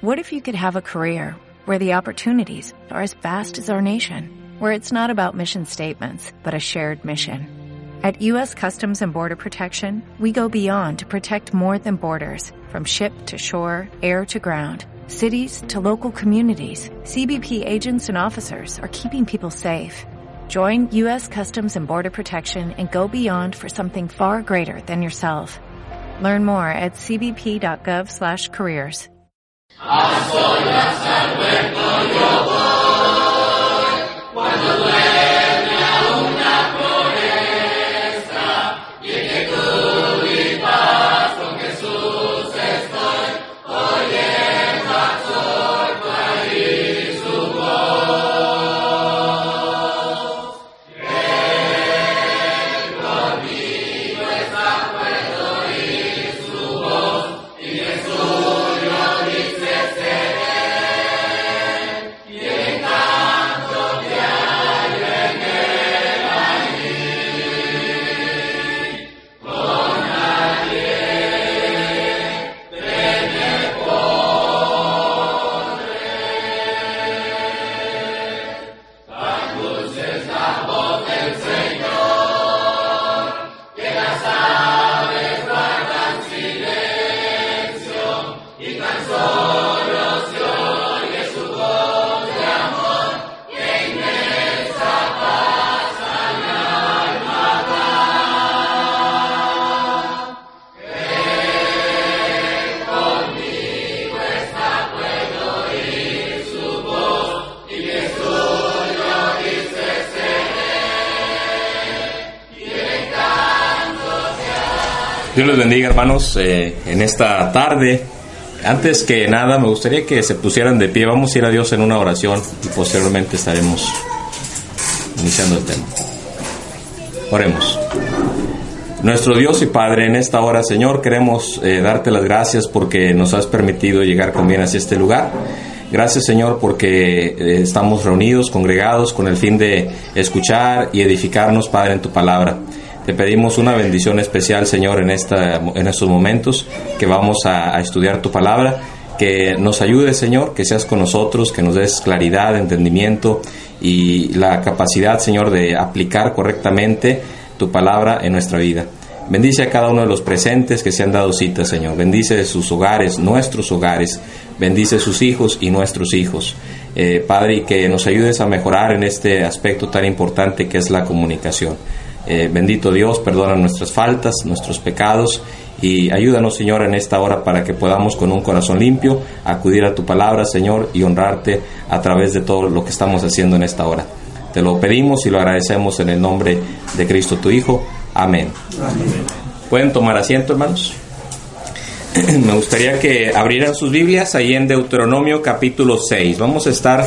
What if you could have a career where the opportunities are as vast as our nation, where it's not about mission statements, but a shared mission? At U.S. Customs and Border Protection, we go beyond to protect more than borders, from ship to shore, air to ground, cities to local communities. CBP agents and officers are keeping people safe. Join U.S. Customs and Border Protection and go beyond for something far greater than yourself. Learn more at cbp.gov/careers. Dios les bendiga, hermanos, en esta tarde. Antes que nada, me gustaría que se pusieran de pie. Vamos a ir a Dios en una oración y posteriormente estaremos iniciando el tema. Oremos. Nuestro Dios y Padre, en esta hora, Señor, queremos darte las gracias porque nos has permitido llegar con bien hacia este lugar. Gracias, Señor, porque estamos reunidos, congregados, con el fin de escuchar y edificarnos, Padre, en tu palabra. Te pedimos una bendición especial, Señor, en estos momentos que vamos a estudiar tu palabra, que nos ayude, Señor, que seas con nosotros, que nos des claridad, entendimiento y la capacidad, Señor, de aplicar correctamente tu palabra en nuestra vida. Bendice a cada uno de los presentes que se han dado cita, Señor. Bendice sus hogares, nuestros hogares. Bendice sus hijos y nuestros hijos. Padre, y que nos ayudes a mejorar en este aspecto tan importante que es la comunicación. Bendito Dios, perdona nuestras faltas, nuestros pecados y ayúdanos, Señor, en esta hora para que podamos con un corazón limpio acudir a tu palabra, Señor, y honrarte a través de todo lo que estamos haciendo en esta hora. Te lo pedimos y lo agradecemos en el nombre de Cristo, tu Hijo. Amén. Amén. ¿Pueden tomar asiento, hermanos? Me gustaría que abrieran sus Biblias ahí en Deuteronomio capítulo 6. Vamos a estar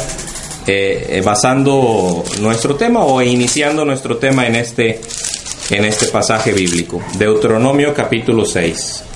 basando nuestro tema o iniciando nuestro tema en este pasaje bíblico. Deuteronomio capítulo 6.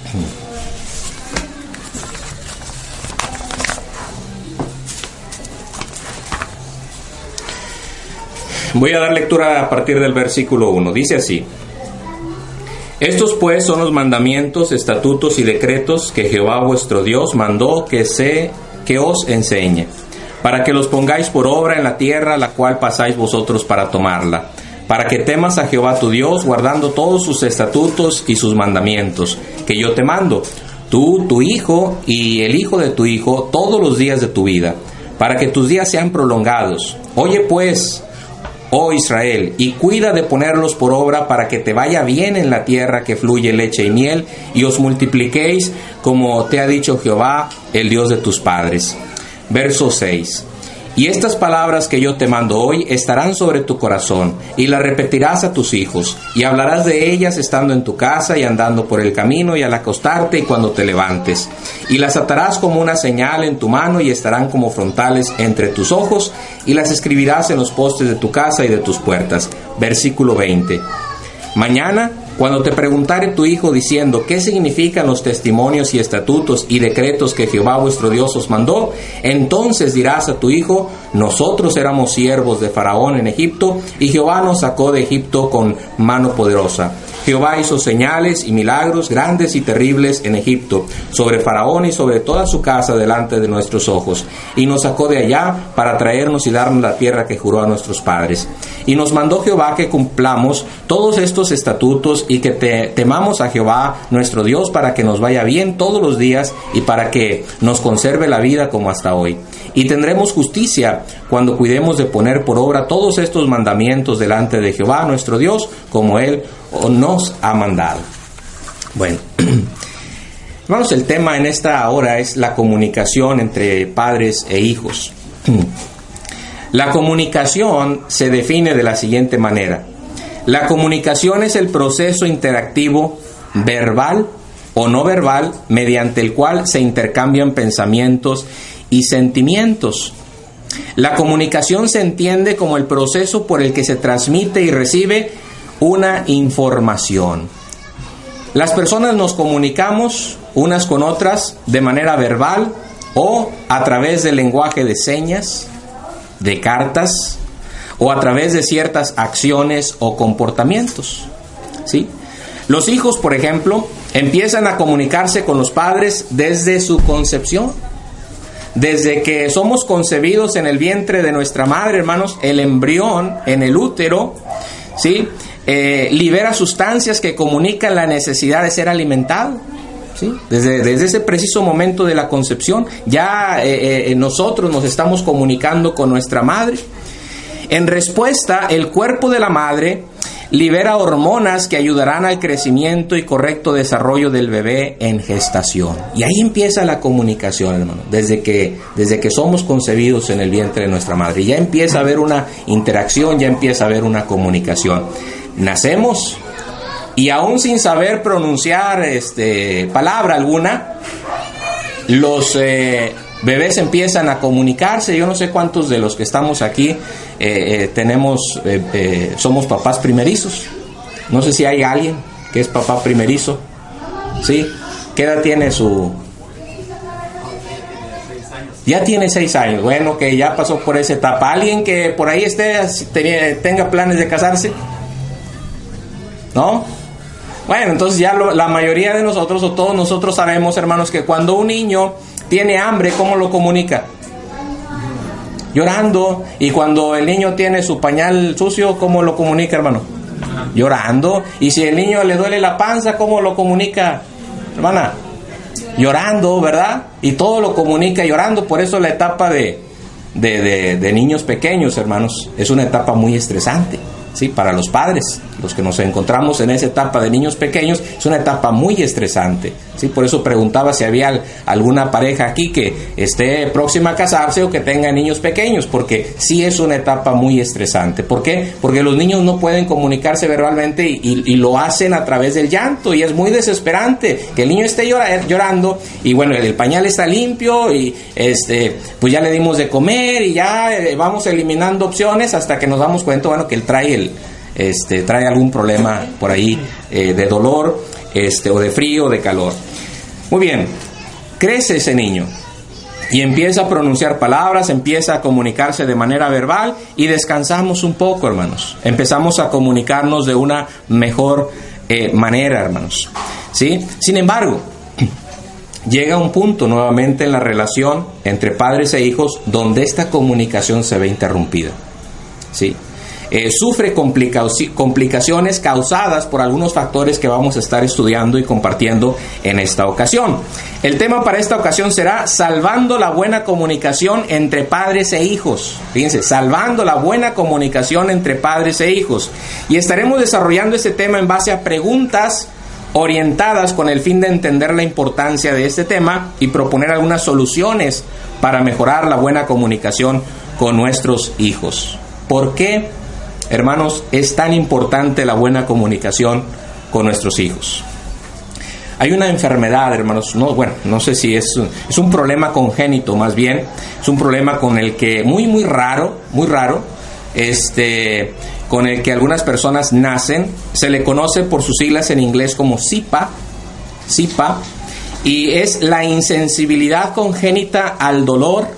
Voy a dar lectura a partir del versículo 1. Dice así: Estos pues son los mandamientos, estatutos y decretos que Jehová vuestro Dios mandó que os enseñe, para que los pongáis por obra en la tierra la cual pasáis vosotros para tomarla, para que temas a Jehová tu Dios, guardando todos sus estatutos y sus mandamientos, que yo te mando, tú, tu hijo y el hijo de tu hijo, todos los días de tu vida, para que tus días sean prolongados. Oye pues, oh Israel, y cuida de ponerlos por obra para que te vaya bien en la tierra que fluye leche y miel, y os multipliquéis como te ha dicho Jehová, el Dios de tus padres. Verso 6. Y estas palabras que yo te mando hoy estarán sobre tu corazón, y las repetirás a tus hijos, y hablarás de ellas estando en tu casa y andando por el camino y al acostarte y cuando te levantes. Y las atarás como una señal en tu mano y estarán como frontales entre tus ojos, y las escribirás en los postes de tu casa y de tus puertas. Versículo 20. Mañana, cuando te preguntare tu hijo diciendo qué significan los testimonios y estatutos y decretos que Jehová vuestro Dios os mandó, entonces dirás a tu hijo: nosotros éramos siervos de Faraón en Egipto, y Jehová nos sacó de Egipto con mano poderosa. Jehová hizo señales y milagros grandes y terribles en Egipto, sobre Faraón y sobre toda su casa delante de nuestros ojos. Y nos sacó de allá para traernos y darnos la tierra que juró a nuestros padres. Y nos mandó Jehová que cumplamos todos estos estatutos y que temamos a Jehová nuestro Dios para que nos vaya bien todos los días y para que nos conserve la vida como hasta hoy. Y tendremos justicia cuando cuidemos de poner por obra todos estos mandamientos delante de Jehová nuestro Dios, como Él nos ha mandado. Bueno, hermanos, el tema en esta hora es la comunicación entre padres e hijos. La comunicación se define de la siguiente manera. La comunicación es el proceso interactivo verbal o no verbal mediante el cual se intercambian pensamientos y sentimientos. La comunicación se entiende como el proceso por el que se transmite y recibe una información. Las personas nos comunicamos unas con otras de manera verbal o a través del lenguaje de señas, de cartas o a través de ciertas acciones o comportamientos, ¿sí? Los hijos, por ejemplo, empiezan a comunicarse con los padres desde su concepción. Desde que somos concebidos en el vientre de nuestra madre, hermanos, el embrión en el útero, ¿sí? Libera sustancias que comunican la necesidad de ser alimentado, ¿sí? Desde ese preciso momento de la concepción, ya nosotros nos estamos comunicando con nuestra madre. En respuesta, el cuerpo de la madre libera hormonas que ayudarán al crecimiento y correcto desarrollo del bebé en gestación. Y ahí empieza la comunicación, hermano, desde que somos concebidos en el vientre de nuestra madre. Ya empieza a haber una interacción, ya empieza a haber una comunicación. Nacemos y aún sin saber pronunciar palabra alguna, los bebés empiezan a comunicarse. Yo no sé cuántos de los que estamos aquí somos papás primerizos. No sé si hay alguien que es papá primerizo. ¿Sí? ¿Qué edad tiene su...? Ya tiene 6 años. Bueno, que ya pasó por esa etapa. ¿Alguien que por ahí tenga planes de casarse? ¿No? Bueno, entonces ya la mayoría de nosotros o todos nosotros sabemos, hermanos, que cuando un niño tiene hambre, ¿cómo lo comunica? Llorando. Y cuando el niño tiene su pañal sucio, ¿cómo lo comunica, hermano? Llorando. Y si el niño le duele la panza, ¿cómo lo comunica, hermana? Llorando, ¿verdad? Y todo lo comunica llorando. Por eso la etapa de niños pequeños, hermanos, es una etapa muy estresante, ¿sí? Para los padres, los que nos encontramos en esa etapa de niños pequeños, es una etapa muy estresante, ¿sí? Por eso preguntaba si había alguna pareja aquí que esté próxima a casarse o que tenga niños pequeños, porque sí es una etapa muy estresante. ¿Por qué? Porque los niños no pueden comunicarse verbalmente y lo hacen a través del llanto, y es muy desesperante que el niño esté llorando y bueno, el pañal está limpio y pues ya le dimos de comer y ya vamos eliminando opciones hasta que nos damos cuenta, bueno, que él trae algún problema por ahí de dolor o de frío o de calor. Muy bien, crece ese niño y empieza a pronunciar palabras, empieza a comunicarse de manera verbal y descansamos un poco, hermanos. Empezamos a comunicarnos de una mejor manera, hermanos, ¿sí? Sin embargo, llega un punto nuevamente en la relación entre padres e hijos donde esta comunicación se ve interrumpida, ¿sí? Sufre complicaciones causadas por algunos factores que vamos a estar estudiando y compartiendo en esta ocasión. El tema para esta ocasión será salvando la buena comunicación entre padres e hijos. Fíjense, salvando la buena comunicación entre padres e hijos. Y estaremos desarrollando este tema en base a preguntas orientadas con el fin de entender la importancia de este tema y proponer algunas soluciones para mejorar la buena comunicación con nuestros hijos. ¿Por qué, hermanos, es tan importante la buena comunicación con nuestros hijos? Hay una enfermedad, hermanos, no sé si es un problema congénito, más bien, es un problema con el que muy raro, con el que algunas personas nacen. Se le conoce por sus siglas en inglés como SIPA, y es la insensibilidad congénita al dolor.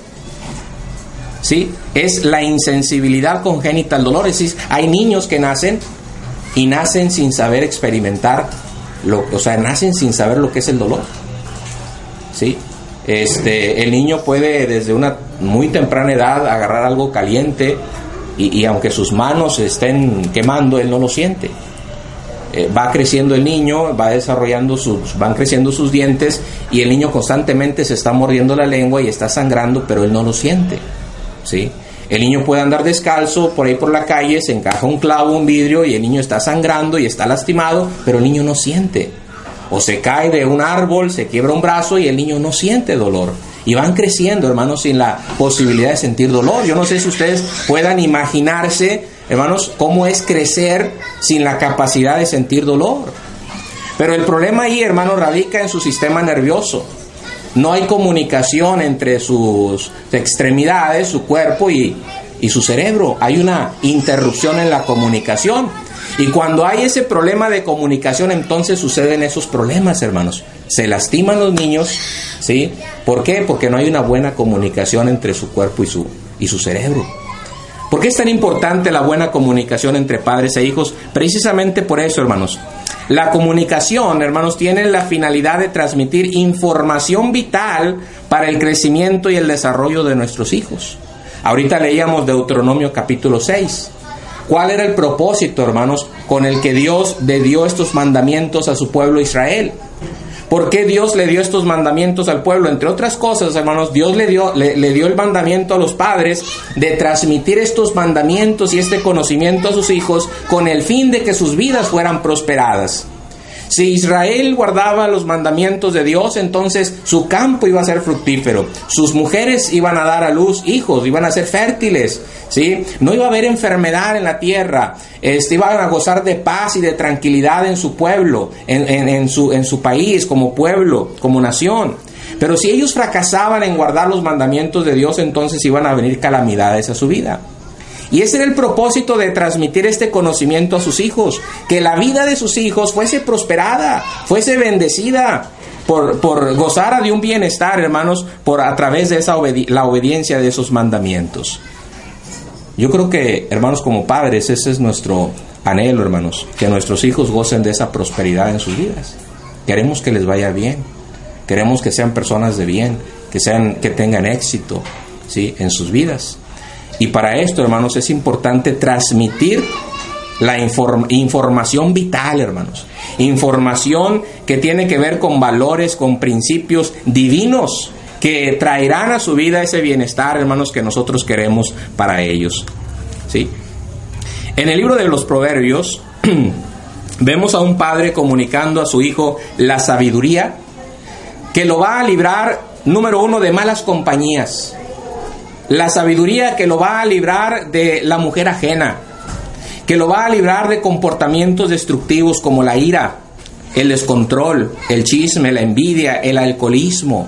¿Sí? Es la insensibilidad congénita al dolor. Es decir, hay niños que nacen y nacen sin saber experimentar, nacen sin saber lo que es el dolor. ¿Sí? El niño puede desde una muy temprana edad agarrar algo caliente y aunque sus manos estén quemando, él no lo siente. Va creciendo el niño, van creciendo sus dientes y el niño constantemente se está mordiendo la lengua y está sangrando, pero él no lo siente. ¿Sí? El niño puede andar descalzo por ahí por la calle, se encaja un clavo, un vidrio y el niño está sangrando y está lastimado, pero el niño no siente. O se cae de un árbol, se quiebra un brazo y el niño no siente dolor. Y van creciendo, hermanos, sin la posibilidad de sentir dolor. Yo no sé si ustedes puedan imaginarse, hermanos, cómo es crecer sin la capacidad de sentir dolor. Pero el problema ahí, hermanos, radica en su sistema nervioso. No hay comunicación entre sus extremidades, su cuerpo y su cerebro. Hay una interrupción en la comunicación. Y cuando hay ese problema de comunicación, entonces suceden esos problemas, hermanos. Se lastiman los niños, ¿sí? ¿Por qué? Porque no hay una buena comunicación entre su cuerpo y su cerebro. ¿Por qué es tan importante la buena comunicación entre padres e hijos? Precisamente por eso, hermanos. La comunicación, hermanos, tiene la finalidad de transmitir información vital para el crecimiento y el desarrollo de nuestros hijos. Ahorita leíamos Deuteronomio capítulo 6. ¿Cuál era el propósito, hermanos, con el que Dios le dio estos mandamientos a su pueblo Israel? ¿Por qué Dios le dio estos mandamientos al pueblo? Entre otras cosas, hermanos, Dios le dio el mandamiento a los padres de transmitir estos mandamientos y este conocimiento a sus hijos con el fin de que sus vidas fueran prosperadas. Si Israel guardaba los mandamientos de Dios, entonces su campo iba a ser fructífero, sus mujeres iban a dar a luz hijos, iban a ser fértiles, ¿sí? No iba a haber enfermedad en la tierra, iban a gozar de paz y de tranquilidad en su pueblo, en su país, como pueblo, como nación. Pero si ellos fracasaban en guardar los mandamientos de Dios, entonces iban a venir calamidades a su vida. Y ese era el propósito de transmitir este conocimiento a sus hijos, que la vida de sus hijos fuese prosperada, fuese bendecida, por gozar de un bienestar, hermanos, a través de la obediencia de esos mandamientos. Yo creo que, hermanos, como padres, ese es nuestro anhelo, hermanos, que nuestros hijos gocen de esa prosperidad en sus vidas. Queremos que les vaya bien, queremos que sean personas de bien, que tengan éxito, ¿sí?, en sus vidas. Y para esto, hermanos, es importante transmitir la información vital, hermanos. Información que tiene que ver con valores, con principios divinos que traerán a su vida ese bienestar, hermanos, que nosotros queremos para ellos. ¿Sí? En el libro de los Proverbios vemos a un padre comunicando a su hijo la sabiduría que lo va a librar, número uno, de malas compañías. La sabiduría que lo va a librar de la mujer ajena, que lo va a librar de comportamientos destructivos como la ira, el descontrol, el chisme, la envidia, el alcoholismo.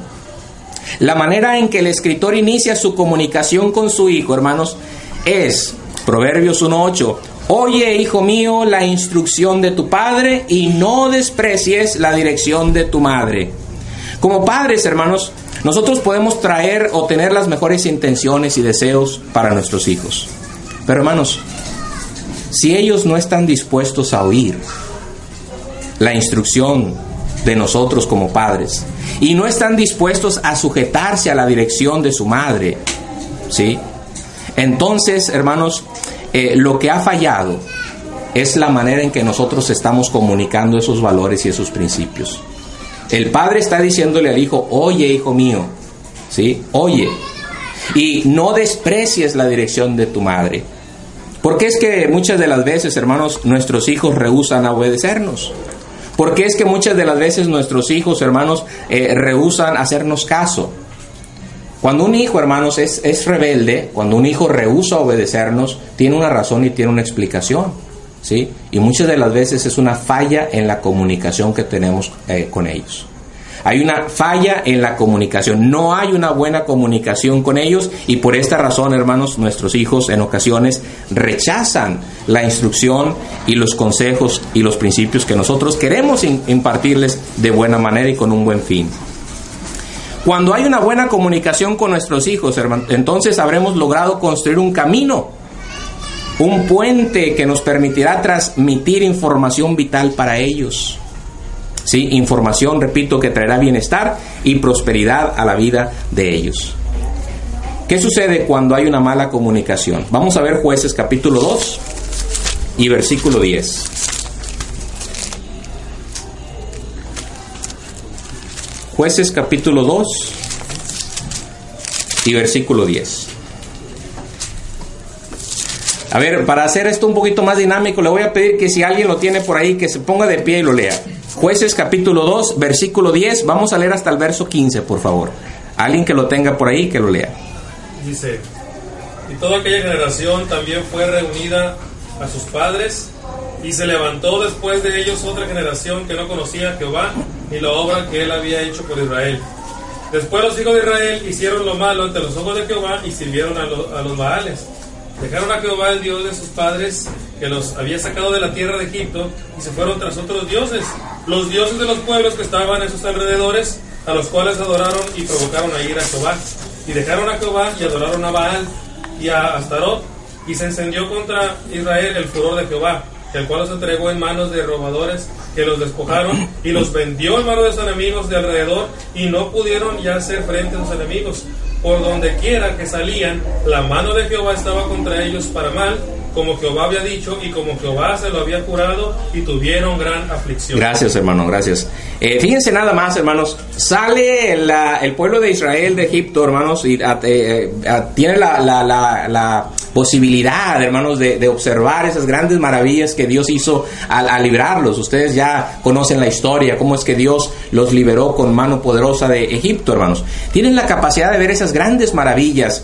La manera en que el escritor inicia su comunicación con su hijo, hermanos, es Proverbios 1:8. Oye, hijo mío, la instrucción de tu padre y no desprecies la dirección de tu madre. Como padres, hermanos, nosotros podemos traer o tener las mejores intenciones y deseos para nuestros hijos. Pero, hermanos, si ellos no están dispuestos a oír la instrucción de nosotros como padres y no están dispuestos a sujetarse a la dirección de su madre, ¿sí?, entonces, hermanos, lo que ha fallado es la manera en que nosotros estamos comunicando esos valores y esos principios. El padre está diciéndole al hijo: oye, hijo mío, ¿sí?, oye, y no desprecies la dirección de tu madre. Porque es que muchas de las veces, hermanos, nuestros hijos rehúsan a obedecernos. Porque es que muchas de las veces nuestros hijos, hermanos, rehúsan hacernos caso. Cuando un hijo, hermanos, es rebelde, cuando un hijo rehúsa obedecernos, tiene una razón y tiene una explicación, ¿sí? Y muchas de las veces es una falla en la comunicación que tenemos con ellos. Hay una falla en la comunicación, no hay una buena comunicación con ellos, y por esta razón, hermanos, nuestros hijos en ocasiones rechazan la instrucción y los consejos y los principios que nosotros queremos impartirles de buena manera y con un buen fin. Cuando hay una buena comunicación con nuestros hijos, hermanos, entonces habremos logrado construir un camino un puente que nos permitirá transmitir información vital para ellos. Sí, información, repito, que traerá bienestar y prosperidad a la vida de ellos. ¿Qué sucede cuando hay una mala comunicación? Vamos a ver Jueces capítulo 2 y versículo 10. Jueces capítulo 2 y versículo 10. A ver, para hacer esto un poquito más dinámico, le voy a pedir que si alguien lo tiene por ahí, que se ponga de pie y lo lea. Jueces capítulo 2, versículo 10. Vamos a leer hasta el verso 15, por favor. Alguien que lo tenga por ahí, que lo lea. Dice: y toda aquella generación también fue reunida a sus padres, y se levantó después de ellos otra generación que no conocía a Jehová ni la obra que él había hecho por Israel. Después los hijos de Israel hicieron lo malo ante los ojos de Jehová y sirvieron a los Baales. Dejaron a Jehová, el Dios de sus padres, que los había sacado de la tierra de Egipto, y se fueron tras otros dioses, los dioses de los pueblos que estaban en sus alrededores, a los cuales adoraron y provocaron a ir a Jehová. Y dejaron a Jehová y adoraron a Baal y a Astarot, y se encendió contra Israel el furor de Jehová, el cual los entregó en manos de robadores que los despojaron y los vendió en manos de sus enemigos de alrededor, y no pudieron ya hacer frente a sus enemigos. Por donde quiera que salían, la mano de Jehová estaba contra ellos para mal, como Jehová había dicho y como Jehová se lo había jurado, y tuvieron gran aflicción. Gracias, hermano, gracias. Fíjense nada más, hermanos, sale el pueblo de Israel de Egipto, hermanos, y tiene la posibilidad, hermanos, de observar esas grandes maravillas que Dios hizo al librarlos. Ustedes ya conocen la historia, cómo es que Dios los liberó con mano poderosa de Egipto, hermanos. Tienen la capacidad de ver esas grandes maravillas,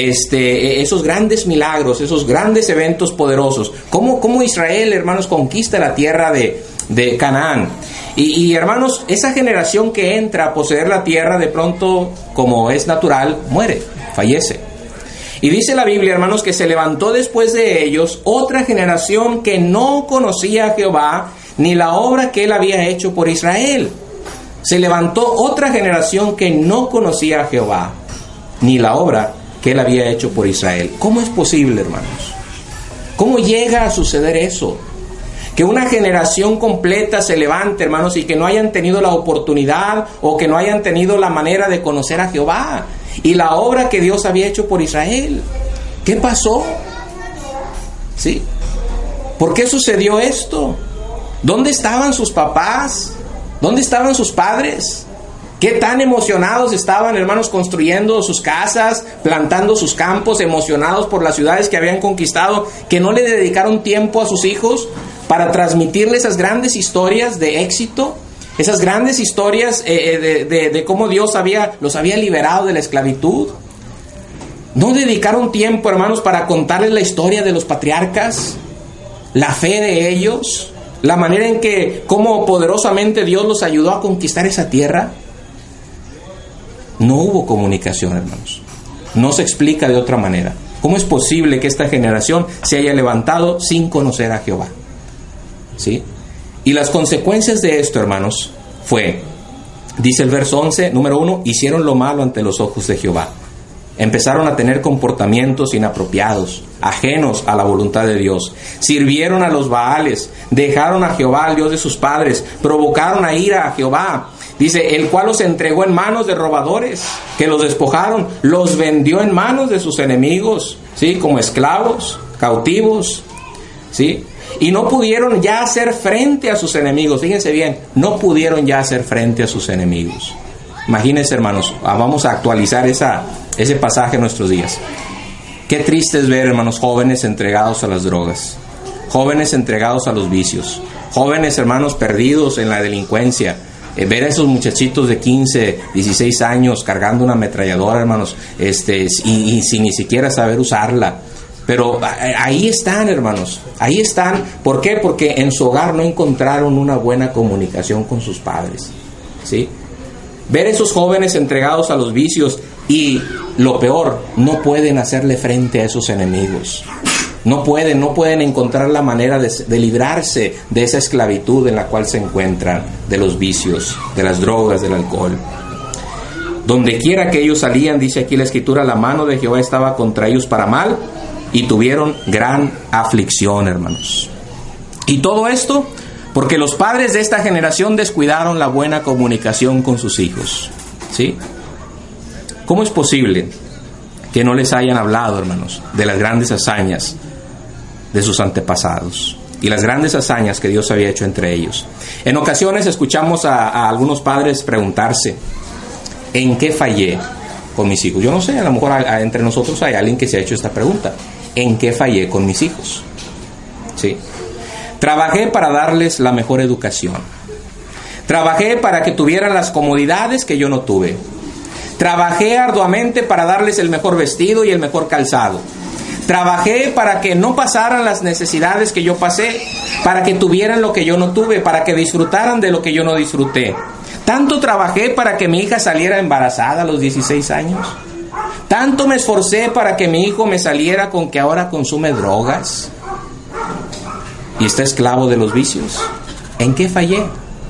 esos grandes milagros, esos grandes eventos poderosos. Cómo Israel, hermanos, conquista la tierra de Canaán. Y hermanos, esa generación que entra a poseer la tierra, de pronto, como es natural, muere, fallece. Y dice la Biblia, hermanos, que se levantó después de ellos otra generación que no conocía a Jehová ni la obra que él había hecho por Israel. Se levantó otra generación que no conocía a Jehová ni la obra que él había hecho por Israel. ¿Cómo es posible, hermanos? ¿Cómo llega a suceder eso? Que una generación completa se levante, hermanos, y que no hayan tenido la oportunidad o que no hayan tenido la manera de conocer a Jehová y la obra que Dios había hecho por Israel. ¿Qué pasó? ¿Sí? ¿Por qué sucedió esto? ¿Dónde estaban sus papás? ¿Dónde estaban sus padres? ¿Qué tan emocionados estaban, hermanos, construyendo sus casas, plantando sus campos, emocionados por las ciudades que habían conquistado, que no le dedicaron tiempo a sus hijos para transmitirles esas grandes historias de éxito, esas grandes historias de cómo Dios los había liberado de la esclavitud? ¿No dedicaron tiempo, hermanos, para contarles la historia de los patriarcas, la fe de ellos, la manera en que, cómo poderosamente Dios los ayudó a conquistar esa tierra? No hubo comunicación, hermanos. No se explica de otra manera. ¿Cómo es posible que esta generación se haya levantado sin conocer a Jehová? ¿Sí? Y las consecuencias de esto, hermanos, dice el verso 11, número 1, hicieron lo malo ante los ojos de Jehová. Empezaron a tener comportamientos inapropiados, ajenos a la voluntad de Dios. Sirvieron a los Baales, dejaron a Jehová, el Dios de sus padres, provocaron a ira a Jehová. Dice, el cual los entregó en manos de robadores, que los despojaron, los vendió en manos de sus enemigos, ¿sí? Como esclavos, cautivos, ¿sí? Y no pudieron ya hacer frente a sus enemigos. Fíjense bien, no pudieron ya hacer frente a sus enemigos. Imagínense, hermanos, vamos a actualizar ese pasaje en nuestros días. Qué triste es ver, hermanos, jóvenes entregados a las drogas, jóvenes entregados a los vicios, jóvenes, hermanos, perdidos en la delincuencia. Ver a esos muchachitos de 15, 16 años cargando una ametralladora, hermanos, y sin ni siquiera saber usarla. Pero ahí están, hermanos, ahí están. ¿Por qué? Porque en su hogar no encontraron una buena comunicación con sus padres, ¿sí? Ver esos jóvenes entregados a los vicios y, lo peor, no pueden hacerle frente a esos enemigos. No pueden encontrar la manera de librarse de esa esclavitud en la cual se encuentran, de los vicios, de las drogas, del alcohol. Donde quiera que ellos salían, dice aquí la Escritura, la mano de Jehová estaba contra ellos para mal, y tuvieron gran aflicción, hermanos. Y todo esto porque los padres de esta generación descuidaron la buena comunicación con sus hijos, ¿sí? ¿Cómo es posible que no les hayan hablado, hermanos, de las grandes hazañas de sus antepasados y las grandes hazañas que Dios había hecho entre ellos? En ocasiones escuchamos a algunos padres preguntarse: ¿en qué fallé con mis hijos? Yo no sé, a lo mejor entre nosotros hay alguien que se ha hecho esta pregunta: ¿en qué fallé con mis hijos? ¿Sí? Trabajé para darles la mejor educación. Trabajé para que tuvieran las comodidades que yo no tuve. Trabajé arduamente para darles el mejor vestido y el mejor calzado. Trabajé para que no pasaran las necesidades que yo pasé, para que tuvieran lo que yo no tuve, para que disfrutaran de lo que yo no disfruté. Tanto trabajé para que mi hija saliera embarazada a los 16 años. Tanto me esforcé para que mi hijo me saliera con que ahora consume drogas y está esclavo de los vicios. ¿En qué fallé?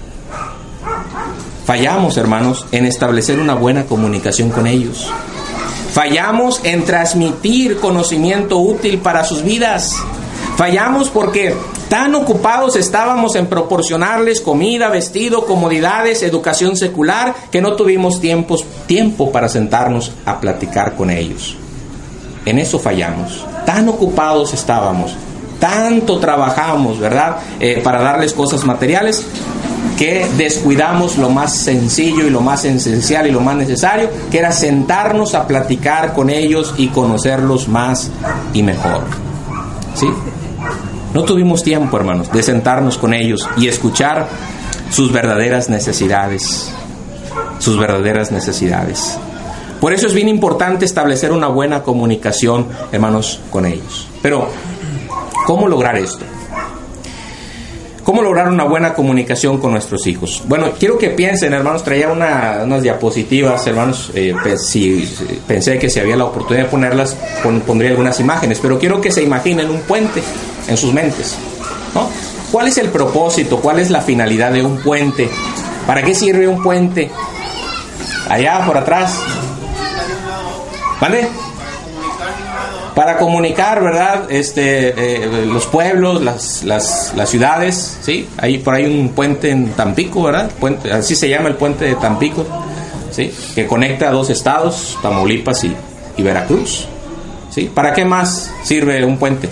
Fallamos, hermanos, en establecer una buena comunicación con ellos. Fallamos en transmitir conocimiento útil para sus vidas. Fallamos porque tan ocupados estábamos en proporcionarles comida, vestido, comodidades, educación secular, que no tuvimos tiempo para sentarnos a platicar con ellos. En eso fallamos. Tan ocupados estábamos, tanto trabajamos, ¿verdad?, para darles cosas materiales, que descuidamos lo más sencillo y lo más esencial y lo más necesario, que era sentarnos a platicar con ellos y conocerlos más y mejor. ¿Sí? No tuvimos tiempo, hermanos, de sentarnos con ellos y escuchar sus verdaderas necesidades. Sus verdaderas necesidades. Por eso es bien importante establecer una buena comunicación, hermanos, con ellos. Pero, ¿cómo lograr esto? ¿Cómo lograr una buena comunicación con nuestros hijos? Bueno, quiero que piensen, hermanos, traía unas diapositivas, hermanos, pensé que si había la oportunidad de ponerlas, pondría algunas imágenes, pero quiero que se imaginen un puente en sus mentes, ¿no? ¿Cuál es el propósito? ¿Cuál es la finalidad de un puente? ¿Para qué sirve un puente? Allá, por atrás. ¿Vale? Para comunicar, ¿verdad? Los pueblos, las ciudades, ¿sí? Por ahí un puente en Tampico, ¿verdad? Así se llama el puente de Tampico, ¿sí? Que conecta a dos estados, Tamaulipas y Veracruz, ¿sí? ¿Para qué más sirve un puente?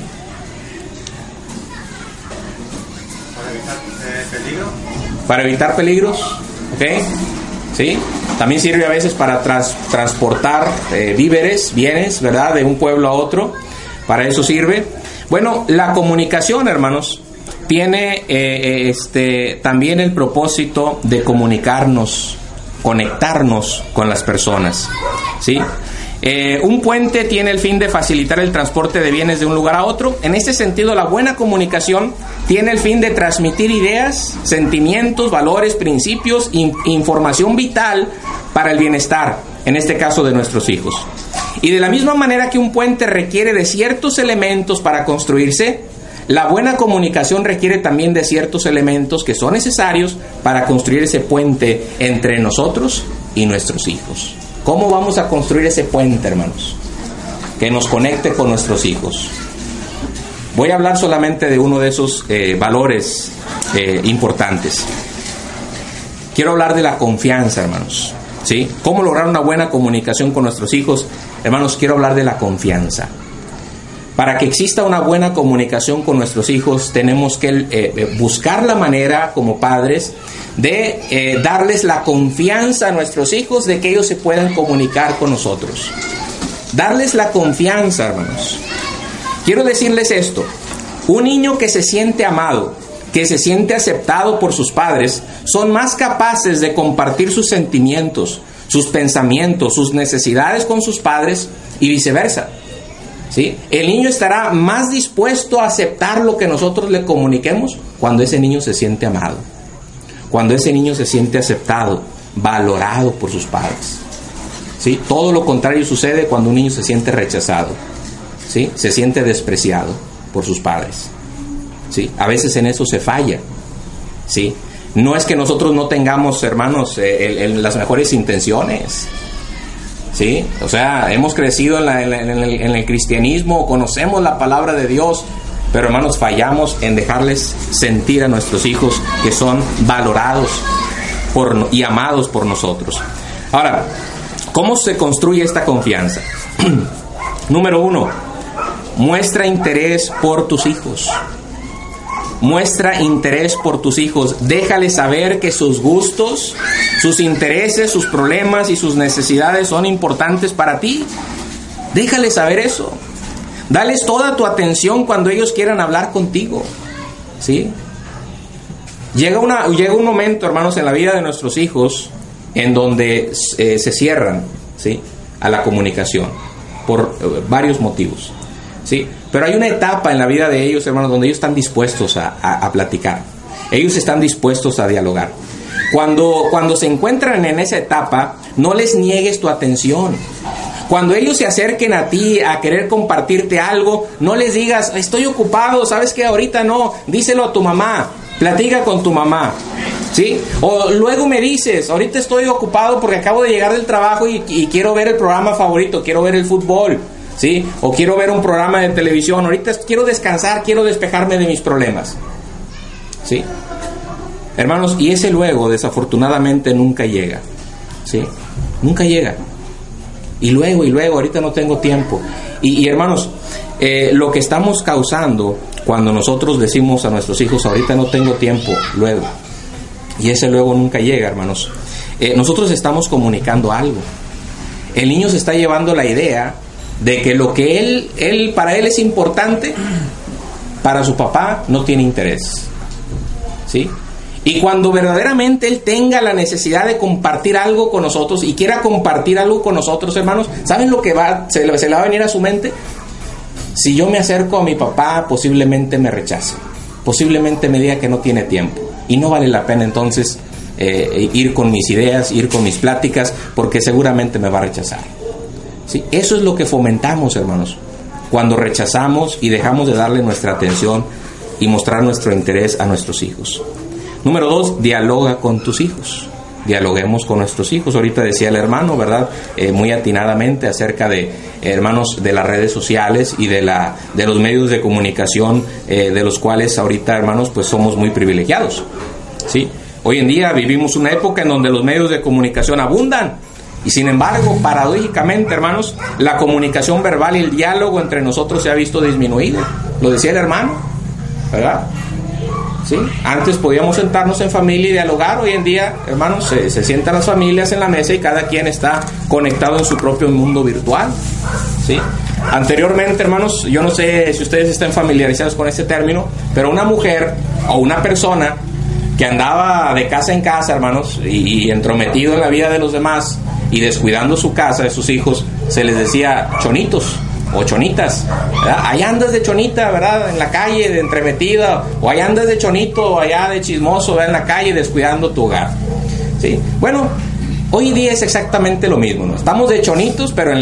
Para evitar peligros, ¿ok? ¿Sí? También sirve a veces para transportar víveres, bienes, ¿verdad?, de un pueblo a otro. Para eso sirve. Bueno, la comunicación, hermanos, tiene también el propósito de comunicarnos, conectarnos con las personas, ¿sí? Un puente tiene el fin de facilitar el transporte de bienes de un lugar a otro. En este sentido, la buena comunicación tiene el fin de transmitir ideas, sentimientos, valores, principios, información vital para el bienestar, en este caso de nuestros hijos. Y de la misma manera que un puente requiere de ciertos elementos para construirse, la buena comunicación requiere también de ciertos elementos que son necesarios para construir ese puente entre nosotros y nuestros hijos. ¿Cómo vamos a construir ese puente, hermanos, que nos conecte con nuestros hijos? Voy a hablar solamente de uno de esos valores importantes. Quiero hablar de la confianza, hermanos, ¿sí? ¿Cómo lograr una buena comunicación con nuestros hijos? Hermanos, quiero hablar de la confianza. Para que exista una buena comunicación con nuestros hijos, tenemos que buscar la manera, como padres, de darles la confianza a nuestros hijos de que ellos se puedan comunicar con nosotros. Darles la confianza, hermanos. Quiero decirles esto: un niño que se siente amado, que se siente aceptado por sus padres, son más capaces de compartir sus sentimientos, sus pensamientos, sus necesidades con sus padres y viceversa, ¿sí? El niño estará más dispuesto a aceptar lo que nosotros le comuniquemos cuando ese niño se siente amado, cuando ese niño se siente aceptado, valorado por sus padres, ¿sí? Todo lo contrario sucede cuando un niño se siente rechazado, ¿sí? Se siente despreciado por sus padres, ¿sí? A veces en eso se falla, ¿sí? No es que nosotros no tengamos, hermanos, las mejores intenciones, ¿sí? O sea, hemos crecido en el cristianismo, conocemos la palabra de Dios, pero hermanos, fallamos en dejarles sentir a nuestros hijos que son valorados y amados por nosotros. Ahora, ¿cómo se construye esta confianza? Número 1, muestra interés por tus hijos. Muestra interés por tus hijos. Déjales saber que sus gustos, sus intereses, sus problemas y sus necesidades son importantes para ti. Déjales saber eso. Dales toda tu atención cuando ellos quieran hablar contigo, ¿sí? Llega un momento, hermanos, en la vida de nuestros hijos en donde se cierran, ¿sí?, a la comunicación por varios motivos, ¿sí? Pero hay una etapa en la vida de ellos, hermanos, donde ellos están dispuestos a platicar. Ellos están dispuestos a dialogar. Cuando se encuentran en esa etapa, no les niegues tu atención. Cuando ellos se acerquen a ti a querer compartirte algo, no les digas, estoy ocupado, ¿sabes qué? Ahorita no, díselo a tu mamá, platica con tu mamá, ¿sí? O luego me dices, ahorita estoy ocupado porque acabo de llegar del trabajo y quiero ver el programa favorito, quiero ver el fútbol, ¿sí? O quiero ver un programa de televisión, ahorita quiero descansar, quiero despejarme de mis problemas, ¿sí? Hermanos, y ese luego desafortunadamente nunca llega, ¿sí? Nunca llega. Y luego, ahorita no tengo tiempo. Y hermanos, lo que estamos causando cuando nosotros decimos a nuestros hijos, ahorita no tengo tiempo, luego, y ese luego nunca llega, hermanos, nosotros estamos comunicando algo. El niño se está llevando la idea de que lo que para él es importante, para su papá no tiene interés, ¿sí? Y cuando verdaderamente él tenga la necesidad de compartir algo con nosotros y quiera compartir algo con nosotros, hermanos, ¿saben lo que se le va a venir a su mente? Si yo me acerco a mi papá, posiblemente me rechace, posiblemente me diga que no tiene tiempo, y no vale la pena entonces ir con mis ideas, ir con mis pláticas, porque seguramente me va a rechazar, ¿sí? Eso es lo que fomentamos, hermanos, cuando rechazamos y dejamos de darle nuestra atención y mostrar nuestro interés a nuestros hijos. Número 2, dialoga con tus hijos. Dialoguemos con nuestros hijos. Ahorita decía el hermano, ¿verdad? Muy atinadamente acerca de, hermanos, de las redes sociales y de los medios de comunicación, de los cuales ahorita, hermanos, pues somos muy privilegiados, ¿sí? Hoy en día vivimos una época en donde los medios de comunicación abundan. Y sin embargo, paradójicamente, hermanos, la comunicación verbal y el diálogo entre nosotros se ha visto disminuido. Lo decía el hermano, ¿verdad? ¿Sí? Antes podíamos sentarnos en familia y dialogar. Hoy en día, hermanos, se sientan las familias en la mesa y cada quien está conectado en su propio mundo virtual, ¿sí? Anteriormente, hermanos, yo no sé si ustedes están familiarizados con este término, pero una mujer o una persona que andaba de casa en casa, hermanos, y entrometido en la vida de los demás y descuidando su casa, de sus hijos, se les decía chonitos o chonitas, ¿verdad? Allá andas de chonita, ¿verdad? En la calle, de entremetida, o allá andas de chonito, allá de chismoso, ¿verdad? En la calle, descuidando tu hogar, ¿sí? Bueno, hoy día es exactamente lo mismo, ¿no? Estamos de chonitos, pero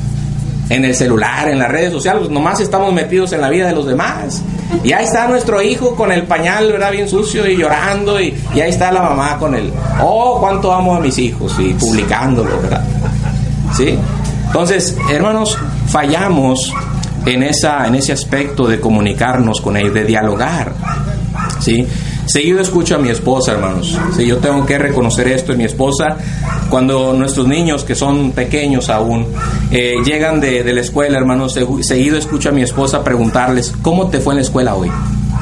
en el celular, en las redes sociales, nomás estamos metidos en la vida de los demás. Y ahí está nuestro hijo con el pañal, ¿verdad? Bien sucio y llorando, y ahí está la mamá con el, oh, cuánto amo a mis hijos, y publicándolo, ¿verdad? ¿Sí? Entonces, hermanos, fallamos en ese aspecto de comunicarnos con ellos, de dialogar, ¿sí? Seguido escucho a mi esposa, hermanos, ¿sí? Yo tengo que reconocer esto en mi esposa. Cuando nuestros niños, que son pequeños aún, llegan de la escuela, hermanos, seguido escucho a mi esposa preguntarles, ¿cómo te fue en la escuela hoy?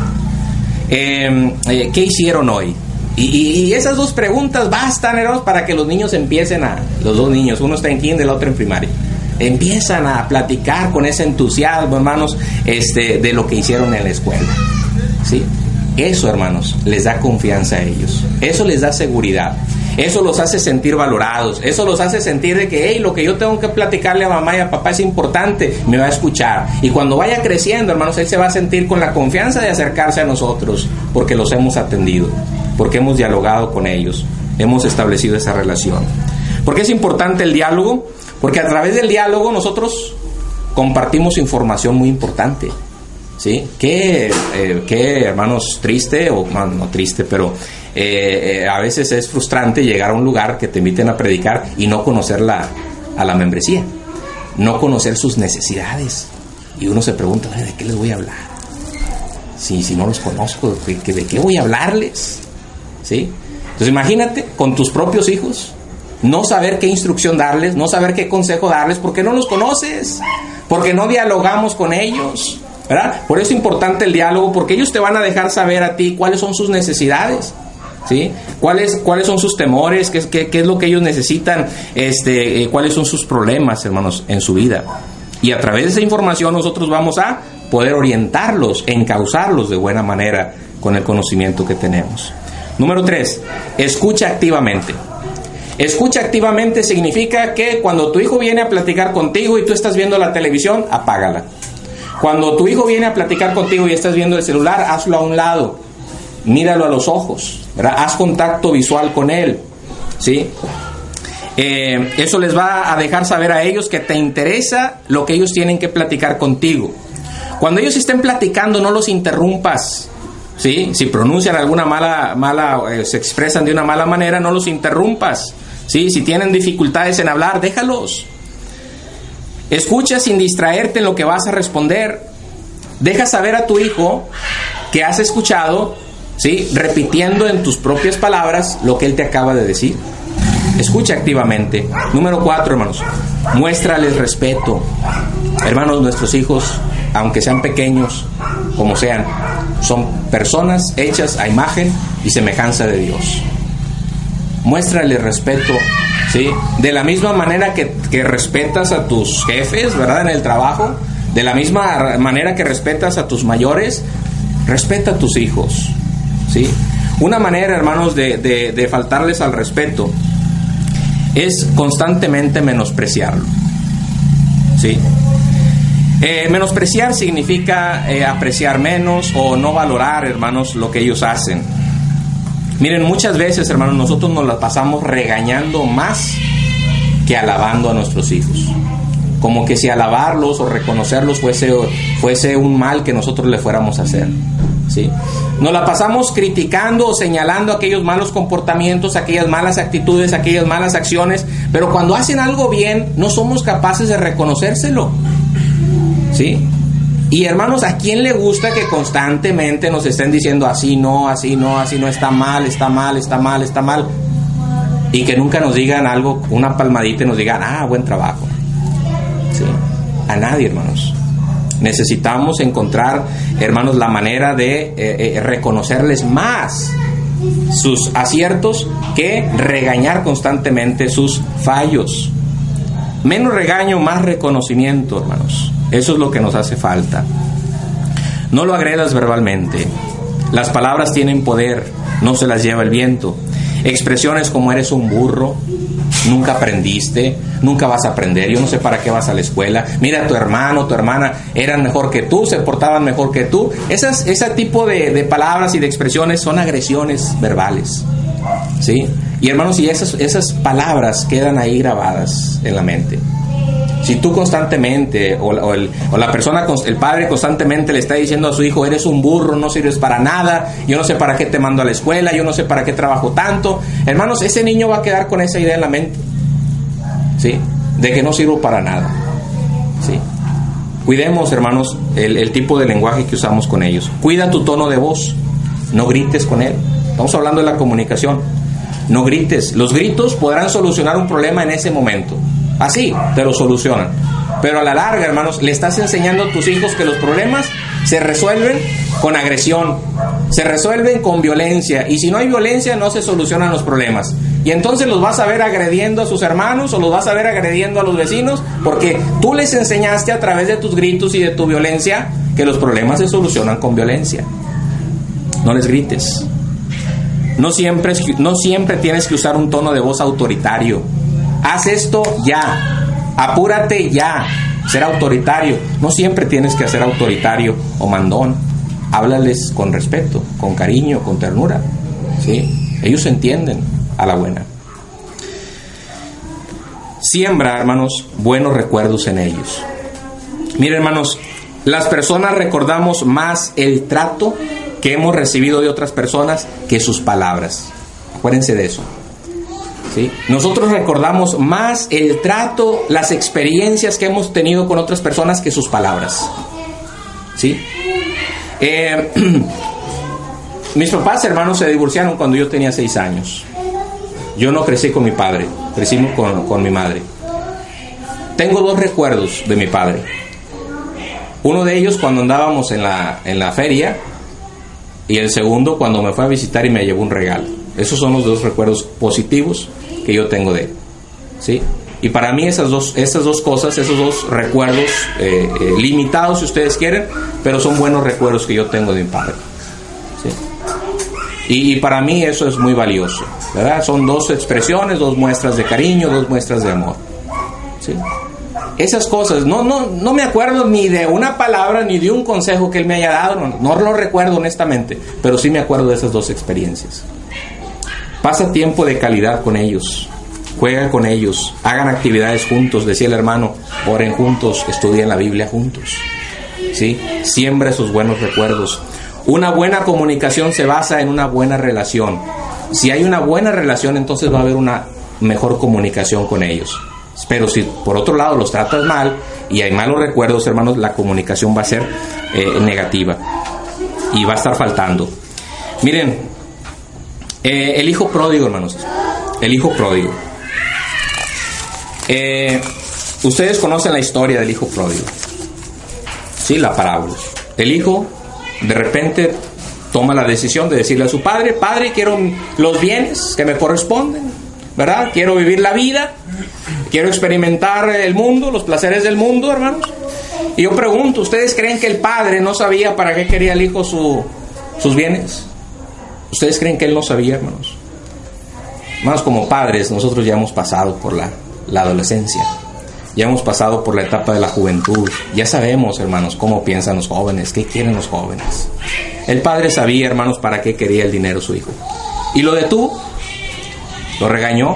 ¿Qué hicieron hoy? Y esas dos preguntas bastan, hermanos, para que los niños empiecen los dos niños, uno está en kinder, el otro en primaria, empiezan a platicar con ese entusiasmo, hermanos, de lo que hicieron en la escuela, ¿sí? Eso, hermanos, les da confianza a ellos, eso les da seguridad, eso los hace sentir valorados, eso los hace sentir de que, hey, lo que yo tengo que platicarle a mamá y a papá es importante, me va a escuchar. Y cuando vaya creciendo, hermanos, él se va a sentir con la confianza de acercarse a nosotros, porque los hemos atendido, porque hemos dialogado con ellos, hemos establecido esa relación. ¿Por qué es importante el diálogo? Porque a través del diálogo nosotros compartimos información muy importante, ¿sí? Que hermanos, triste, o no triste, pero a veces es frustrante llegar a un lugar que te inviten a predicar y no conocer a la membresía, no conocer sus necesidades. Y uno se pregunta, ¿de qué les voy a hablar? Si no los conozco, ¿de qué voy a hablarles? ¿Sí? Entonces imagínate, con tus propios hijos, no saber qué instrucción darles, no saber qué consejo darles, porque no los conoces, porque no dialogamos con ellos, ¿verdad? Por eso es importante el diálogo, porque ellos te van a dejar saber a ti cuáles son sus necesidades, ¿sí? ¿Cuáles son sus temores? ¿Qué es lo que ellos necesitan? ¿Cuáles son sus problemas, hermanos, en su vida? Y a través de esa información nosotros vamos a poder orientarlos, encauzarlos de buena manera con el conocimiento que tenemos. Número 3, escucha activamente. Escucha activamente significa que cuando tu hijo viene a platicar contigo y tú estás viendo la televisión, apágala. Cuando tu hijo viene a platicar contigo y estás viendo el celular, hazlo a un lado. Míralo a los ojos, ¿verdad? Haz contacto visual con él, ¿sí? Eso les va a dejar saber a ellos que te interesa lo que ellos tienen que platicar contigo. Cuando ellos estén platicando, no los interrumpas, ¿sí? Si pronuncian alguna se expresan de una mala manera, no los interrumpas, ¿sí? Si tienen dificultades en hablar, déjalos. Escucha sin distraerte en lo que vas a responder. Deja saber a tu hijo que has escuchado, ¿sí? Repitiendo en tus propias palabras lo que él te acaba de decir. Escucha activamente. Número 4, hermanos, muéstrales respeto. Hermanos, nuestros hijos, aunque sean pequeños, como sean, son personas hechas a imagen y semejanza de Dios. Muéstrales respeto, ¿sí? De la misma manera que respetas a tus jefes, ¿verdad? En el trabajo, de la misma manera que respetas a tus mayores, respeta a tus hijos, ¿sí? Una manera, hermanos, de faltarles al respeto es constantemente menospreciarlo, ¿sí? Menospreciar significa apreciar menos o no valorar, hermanos, lo que ellos hacen. Miren, muchas veces, hermanos, nosotros nos la pasamos regañando más que alabando a nuestros hijos. Como que si alabarlos o reconocerlos fuese un mal que nosotros le fuéramos a hacer, ¿sí? Nos la pasamos criticando o señalando aquellos malos comportamientos, aquellas malas actitudes, aquellas malas acciones, pero cuando hacen algo bien, no somos capaces de reconocérselo, ¿sí? Y hermanos, ¿a quién le gusta que constantemente nos estén diciendo así no, así no, así no, está mal, está mal, está mal, está mal? Y que nunca nos digan algo, una palmadita y nos digan, buen trabajo, ¿sí? A nadie, hermanos. Necesitamos encontrar, hermanos, la manera de reconocerles más sus aciertos que regañar constantemente sus fallos. Menos regaño, más reconocimiento, hermanos. Eso es lo que nos hace falta. No lo agredas verbalmente. Las palabras tienen poder, no se las lleva el viento. Expresiones como eres un burro, nunca aprendiste, nunca vas a aprender, yo no sé para qué vas a la escuela, mira, tu hermano, tu hermana eran mejor que tú, se portaban mejor que tú. Ese tipo de palabras y de expresiones son agresiones verbales, ¿sí? Y hermanos, y esas palabras quedan ahí grabadas en la mente. Si tú constantemente, o la persona, el padre constantemente le está diciendo a su hijo, eres un burro, no sirves para nada, yo no sé para qué te mando a la escuela, yo no sé para qué trabajo tanto, hermanos, ese niño va a quedar con esa idea en la mente, ¿sí? De que no sirvo para nada, ¿sí? Cuidemos, hermanos, el tipo de lenguaje que usamos con ellos. Cuida tu tono de voz, no grites con él. Estamos hablando de la comunicación. No grites. Los gritos podrán solucionar un problema en ese momento. Así te lo solucionan. Pero a la larga, hermanos, le estás enseñando a tus hijos que los problemas se resuelven con agresión, se resuelven con violencia. Y si no hay violencia, no se solucionan los problemas. Y entonces los vas a ver agrediendo a sus hermanos o los vas a ver agrediendo a los vecinos, porque tú les enseñaste a través de tus gritos y de tu violencia que los problemas se solucionan con violencia. No les grites. No siempre tienes que usar un tono de voz autoritario. Haz esto ya, apúrate ya, ser autoritario. No siempre tienes que ser autoritario o mandón. Háblales con respeto, con cariño, con ternura, ¿sí? Ellos entienden a la buena. Siembra, hermanos, buenos recuerdos en ellos. Miren, hermanos, las personas recordamos más el trato que hemos recibido de otras personas que sus palabras. Acuérdense de eso. ¿sí? Nosotros recordamos más el trato, las experiencias que hemos tenido con otras personas que sus palabras, ¿sí? Mis papás, hermanos, se divorciaron cuando yo tenía 6 años. Yo no crecí con mi padre, crecimos con mi madre. Tengo 2 recuerdos de mi padre. Uno de ellos cuando andábamos en la feria, y el segundo cuando me fue a visitar y me llevó un regalo. Esos son los 2 recuerdos positivos que yo tengo de él, ¿sí? Y para mí esas dos cosas, esos 2 recuerdos limitados si ustedes quieren, pero son buenos recuerdos que yo tengo de mi padre, ¿sí? Y para mí eso es muy valioso, ¿verdad? Son 2 expresiones, 2 muestras de cariño, 2 muestras de amor, ¿sí? Esas cosas, no me acuerdo ni de una palabra ni de un consejo que él me haya dado, no lo recuerdo honestamente, pero sí me acuerdo de esas 2 experiencias. Pasa tiempo de calidad con ellos, juega con ellos, hagan actividades juntos, decía el hermano, oren juntos, estudien la Biblia juntos, ¿sí? Siembra esos buenos recuerdos. Una buena comunicación se basa en una buena relación. Si hay una buena relación, entonces va a haber una mejor comunicación con ellos. Pero si por otro lado los tratas mal y hay malos recuerdos, hermanos, la comunicación va a ser negativa y va a estar faltando. Miren, el hijo pródigo, hermanos, el hijo pródigo. Ustedes conocen la historia del hijo pródigo, sí, la parábola. El hijo de repente toma la decisión de decirle a su padre: padre, quiero los bienes que me corresponden, ¿verdad? Quiero vivir la vida, quiero experimentar el mundo, los placeres del mundo, hermanos. Y yo pregunto, ¿ustedes creen que el padre no sabía para qué quería el hijo sus bienes? ¿Ustedes creen que él no sabía, hermanos? Hermanos, como padres, nosotros ya hemos pasado por la adolescencia, ya hemos pasado por la etapa de la juventud, ya sabemos, hermanos, cómo piensan los jóvenes, qué quieren los jóvenes. El padre sabía, hermanos, para qué quería el dinero su hijo. Y lo detuvo, lo regañó,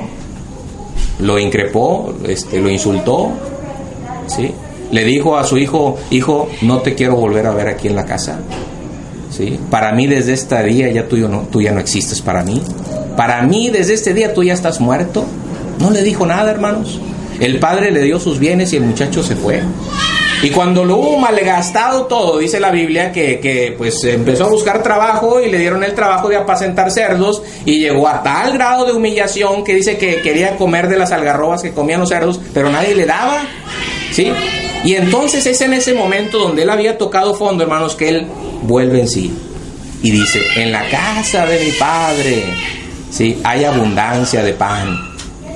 lo increpó, lo insultó, ¿sí? Le dijo a su hijo: hijo, no te quiero volver a ver aquí en la casa, ¿sí? Para mí desde este día ya tú ya no existes para mí. Para mí desde este día tú ya estás muerto. No le dijo nada, hermanos. El padre le dio sus bienes y el muchacho se fue. Y cuando lo hubo malgastado todo, dice la Biblia que pues empezó a buscar trabajo y le dieron el trabajo de apacentar cerdos, y llegó a tal grado de humillación que dice que quería comer de las algarrobas que comían los cerdos, pero nadie le daba, ¿sí? Y entonces es en ese momento donde él había tocado fondo, hermanos, que él vuelve en sí y dice: en la casa de mi padre, ¿sí?, hay abundancia de pan.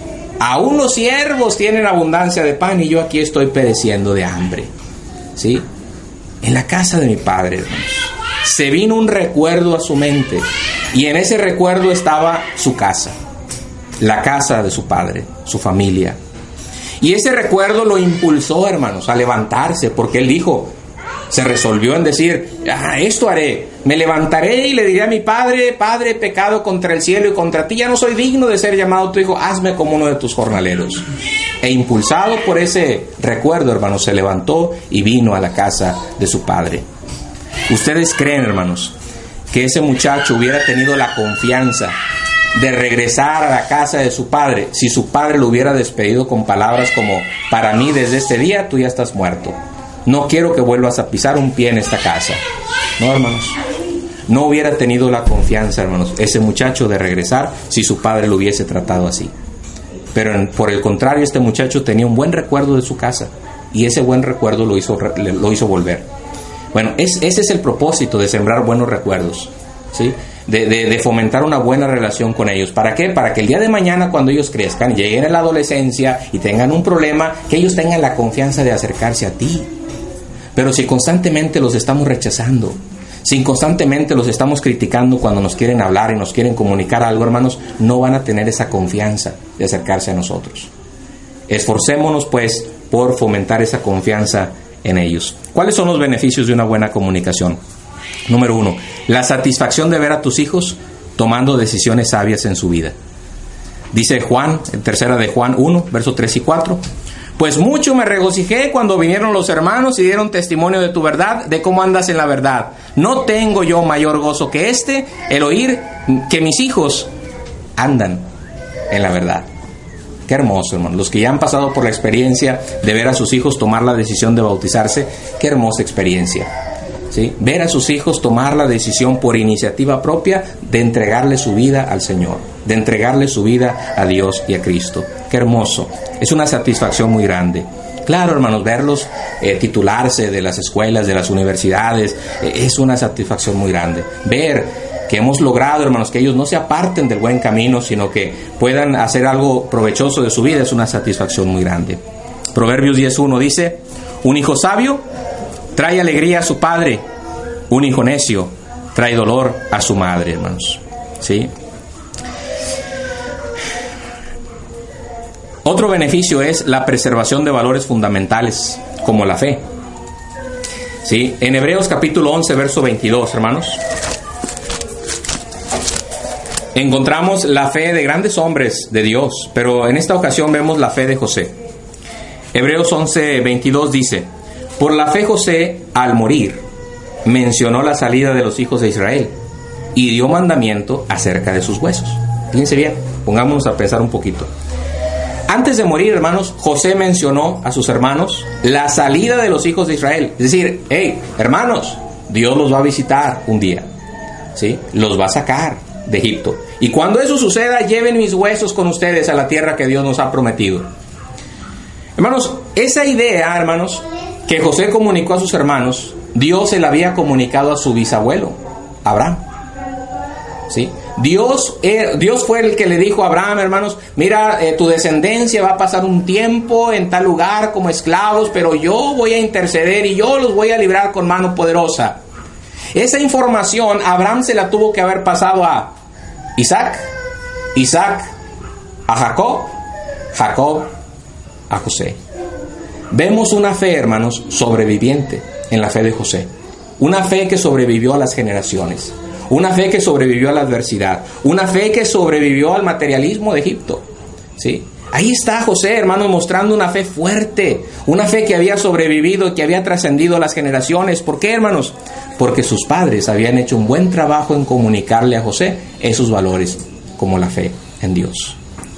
Aún los siervos tienen abundancia de pan y yo aquí estoy pereciendo de hambre, ¿sí? En la casa de mi padre, hermanos. Se vino un recuerdo a su mente, y en ese recuerdo estaba su casa, la casa de su padre, su familia. Y ese recuerdo lo impulsó, hermanos, a levantarse, porque él dijo, se resolvió en decir: esto haré, me levantaré y le diré a mi padre: padre, he pecado contra el cielo y contra ti, ya no soy digno de ser llamado tu hijo, hazme como uno de tus jornaleros. E impulsado por ese recuerdo, hermanos, se levantó y vino a la casa de su padre. ¿Ustedes creen, hermanos, que ese muchacho hubiera tenido la confianza de regresar a la casa de su padre si su padre lo hubiera despedido con palabras como: para mí desde este día tú ya estás muerto, no quiero que vuelvas a pisar un pie en esta casa? No, hermanos, no hubiera tenido la confianza, hermanos, ese muchacho de regresar si su padre lo hubiese tratado así. Pero por el contrario, este muchacho tenía un buen recuerdo de su casa, y ese buen recuerdo lo hizo volver. Bueno, ese es el propósito de sembrar buenos recuerdos, ¿sí? De fomentar una buena relación con ellos. ¿Para qué? Para que el día de mañana, cuando ellos crezcan, lleguen a la adolescencia y tengan un problema, que ellos tengan la confianza de acercarse a ti. Pero si constantemente los estamos rechazando, si constantemente los estamos criticando cuando nos quieren hablar y nos quieren comunicar algo, hermanos, no van a tener esa confianza de acercarse a nosotros. Esforcémonos, pues, por fomentar esa confianza en ellos. ¿Cuáles son los beneficios de una buena comunicación? Número 1, la satisfacción de ver a tus hijos tomando decisiones sabias en su vida. Dice Juan, en 3 de Juan 1, versos 3 y 4. Pues mucho me regocijé cuando vinieron los hermanos y dieron testimonio de tu verdad, de cómo andas en la verdad. No tengo yo mayor gozo que el oír que mis hijos andan en la verdad. Qué hermoso, hermano. Los que ya han pasado por la experiencia de ver a sus hijos tomar la decisión de bautizarse, qué hermosa experiencia, ¿sí? Ver a sus hijos tomar la decisión por iniciativa propia de entregarle su vida al Señor, de entregarle su vida a Dios y a Cristo. Qué hermoso. Es una satisfacción muy grande. Claro, hermanos, verlos titularse de las escuelas, de las universidades, es una satisfacción muy grande. Ver que hemos logrado, hermanos, que ellos no se aparten del buen camino, sino que puedan hacer algo provechoso de su vida, es una satisfacción muy grande. Proverbios 10:1 dice: un hijo sabio trae alegría a su padre, un hijo necio trae dolor a su madre, hermanos. ¿Sí? Otro beneficio es la preservación de valores fundamentales, como la fe. ¿Sí? En Hebreos capítulo 11, verso 22, hermanos, encontramos la fe de grandes hombres de Dios, pero en esta ocasión vemos la fe de José. Hebreos 11, 22 dice: por la fe José, al morir, mencionó la salida de los hijos de Israel y dio mandamiento acerca de sus huesos. Fíjense bien, pongámonos a pensar un poquito. Antes de morir, hermanos, José mencionó a sus hermanos la salida de los hijos de Israel. Es decir, hey, hermanos, Dios los va a visitar un día, ¿sí? Los va a sacar de Egipto. Y cuando eso suceda, lleven mis huesos con ustedes a la tierra que Dios nos ha prometido. Hermanos, esa idea, hermanos, que José comunicó a sus hermanos, Dios se la había comunicado a su bisabuelo, Abraham. ¿Sí? Dios fue el que le dijo a Abraham, hermanos, mira, tu descendencia va a pasar un tiempo en tal lugar como esclavos, pero yo voy a interceder y yo los voy a librar con mano poderosa. Esa información Abraham se la tuvo que haber pasado a Isaac a Jacob a José. Vemos una fe, hermanos, sobreviviente en la fe de José. Una fe que sobrevivió a las generaciones. Una fe que sobrevivió a la adversidad. Una fe que sobrevivió al materialismo de Egipto. ¿Sí? Ahí está José, hermanos, mostrando una fe fuerte. Una fe que había sobrevivido y que había trascendido las generaciones. ¿Por qué, hermanos? Porque sus padres habían hecho un buen trabajo en comunicarle a José esos valores, como la fe en Dios.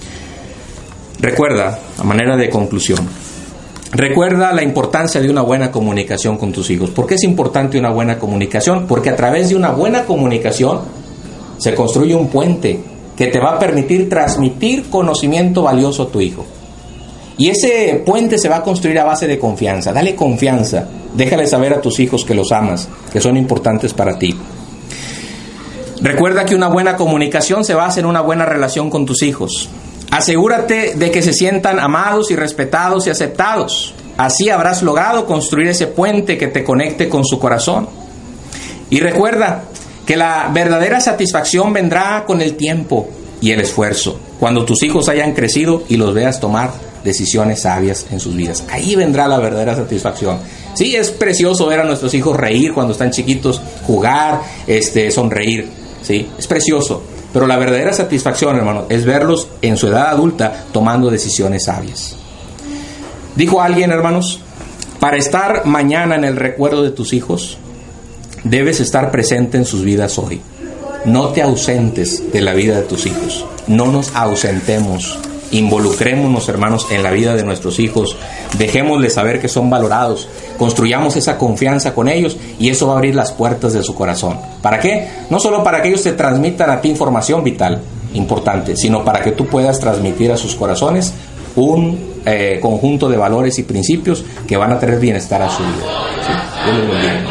Recuerda, a manera de conclusión, recuerda la importancia de una buena comunicación con tus hijos. ¿Por qué es importante una buena comunicación? Porque a través de una buena comunicación se construye un puente que te va a permitir transmitir conocimiento valioso a tu hijo. Y ese puente se va a construir a base de confianza. Dale confianza. Déjale saber a tus hijos que los amas, que son importantes para ti. Recuerda que una buena comunicación se basa en una buena relación con tus hijos. Asegúrate de que se sientan amados y respetados y aceptados. Así habrás logrado construir ese puente que te conecte con su corazón. Y recuerda que la verdadera satisfacción vendrá con el tiempo y el esfuerzo, cuando tus hijos hayan crecido y los veas tomar decisiones sabias en sus vidas. Ahí vendrá la verdadera satisfacción. Sí, es precioso ver a nuestros hijos reír cuando están chiquitos, jugar, sonreír. Sí, es precioso. Pero la verdadera satisfacción, hermano, es verlos en su edad adulta tomando decisiones sabias. Dijo alguien, hermanos, para estar mañana en el recuerdo de tus hijos, debes estar presente en sus vidas hoy. No te ausentes de la vida de tus hijos. No nos ausentemos. Involucrémonos, hermanos, en la vida de nuestros hijos. Dejémosles saber que son valorados. Construyamos esa confianza con ellos y eso va a abrir las puertas de su corazón. ¿Para qué? No solo para que ellos te transmitan a ti información vital, importante, sino para que tú puedas transmitir a sus corazones un conjunto de valores y principios que van a traer bienestar a su vida. ¿Sí? Dios les bendiga.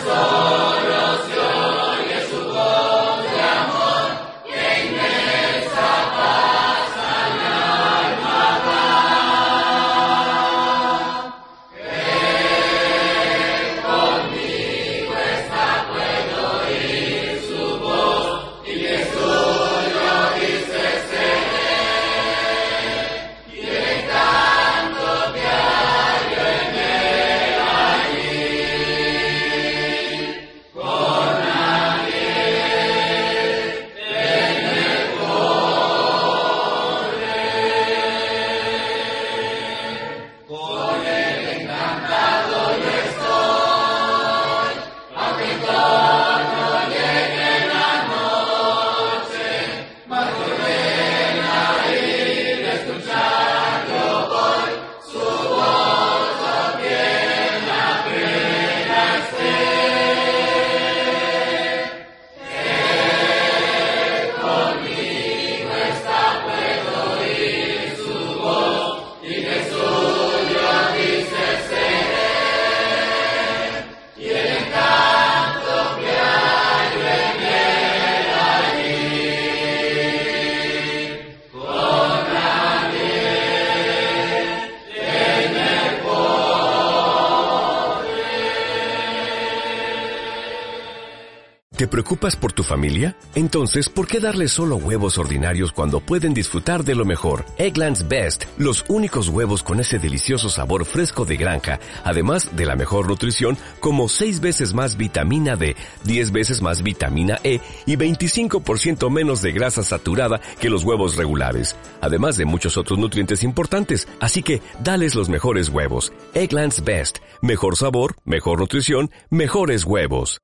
¿Te preocupas por tu familia? Entonces, ¿por qué darles solo huevos ordinarios cuando pueden disfrutar de lo mejor? Eggland's Best, los únicos huevos con ese delicioso sabor fresco de granja, además de la mejor nutrición, como 6 veces más vitamina D, 10 veces más vitamina E y 25% menos de grasa saturada que los huevos regulares, además de muchos otros nutrientes importantes. Así que, dales los mejores huevos. Eggland's Best, mejor sabor, mejor nutrición, mejores huevos.